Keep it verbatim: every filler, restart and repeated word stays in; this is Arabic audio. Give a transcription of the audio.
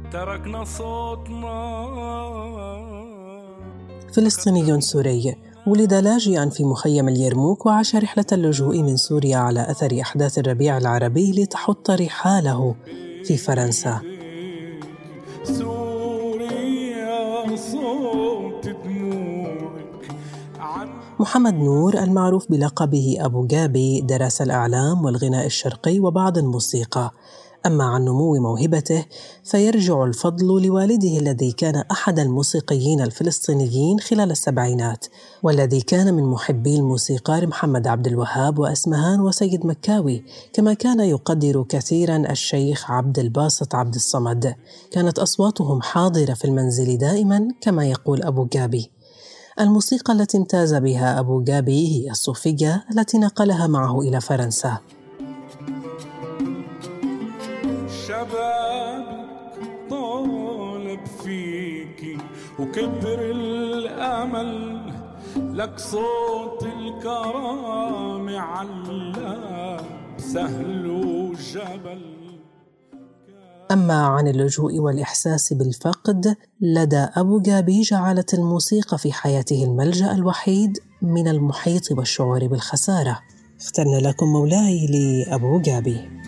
تركنا صوتنا. فلسطيني سوري ولد لاجئاً في مخيم اليرموك، وعاش رحلة اللجوء من سوريا على أثر أحداث الربيع العربي لتحط رحاله في فرنسا. محمد نور المعروف بلقبه أبو جابي درس الإعلام والغناء الشرقي وبعض الموسيقى. أما عن نمو موهبته فيرجع الفضل لوالده الذي كان أحد الموسيقيين الفلسطينيين خلال السبعينات، والذي كان من محبي الموسيقار محمد عبد الوهاب وأسمهان وسيد مكاوي، كما كان يقدر كثيراً الشيخ عبد الباسط عبد الصمد. كانت أصواتهم حاضرة في المنزل دائماً كما يقول أبو جابي. الموسيقى التي امتاز بها أبو جابي هي الصوفية التي نقلها معه إلى فرنسا. شبابك طالب فيكي وكبر الأمل، لك صوت الكرامة علّى سهل وجبل. أما عن اللجوء والإحساس بالفقد، لدى أبو جابي جعلت الموسيقى في حياته الملجأ الوحيد من المحيط والشعور بالخسارة. اخترنا لكم مولاي لأبو جابي.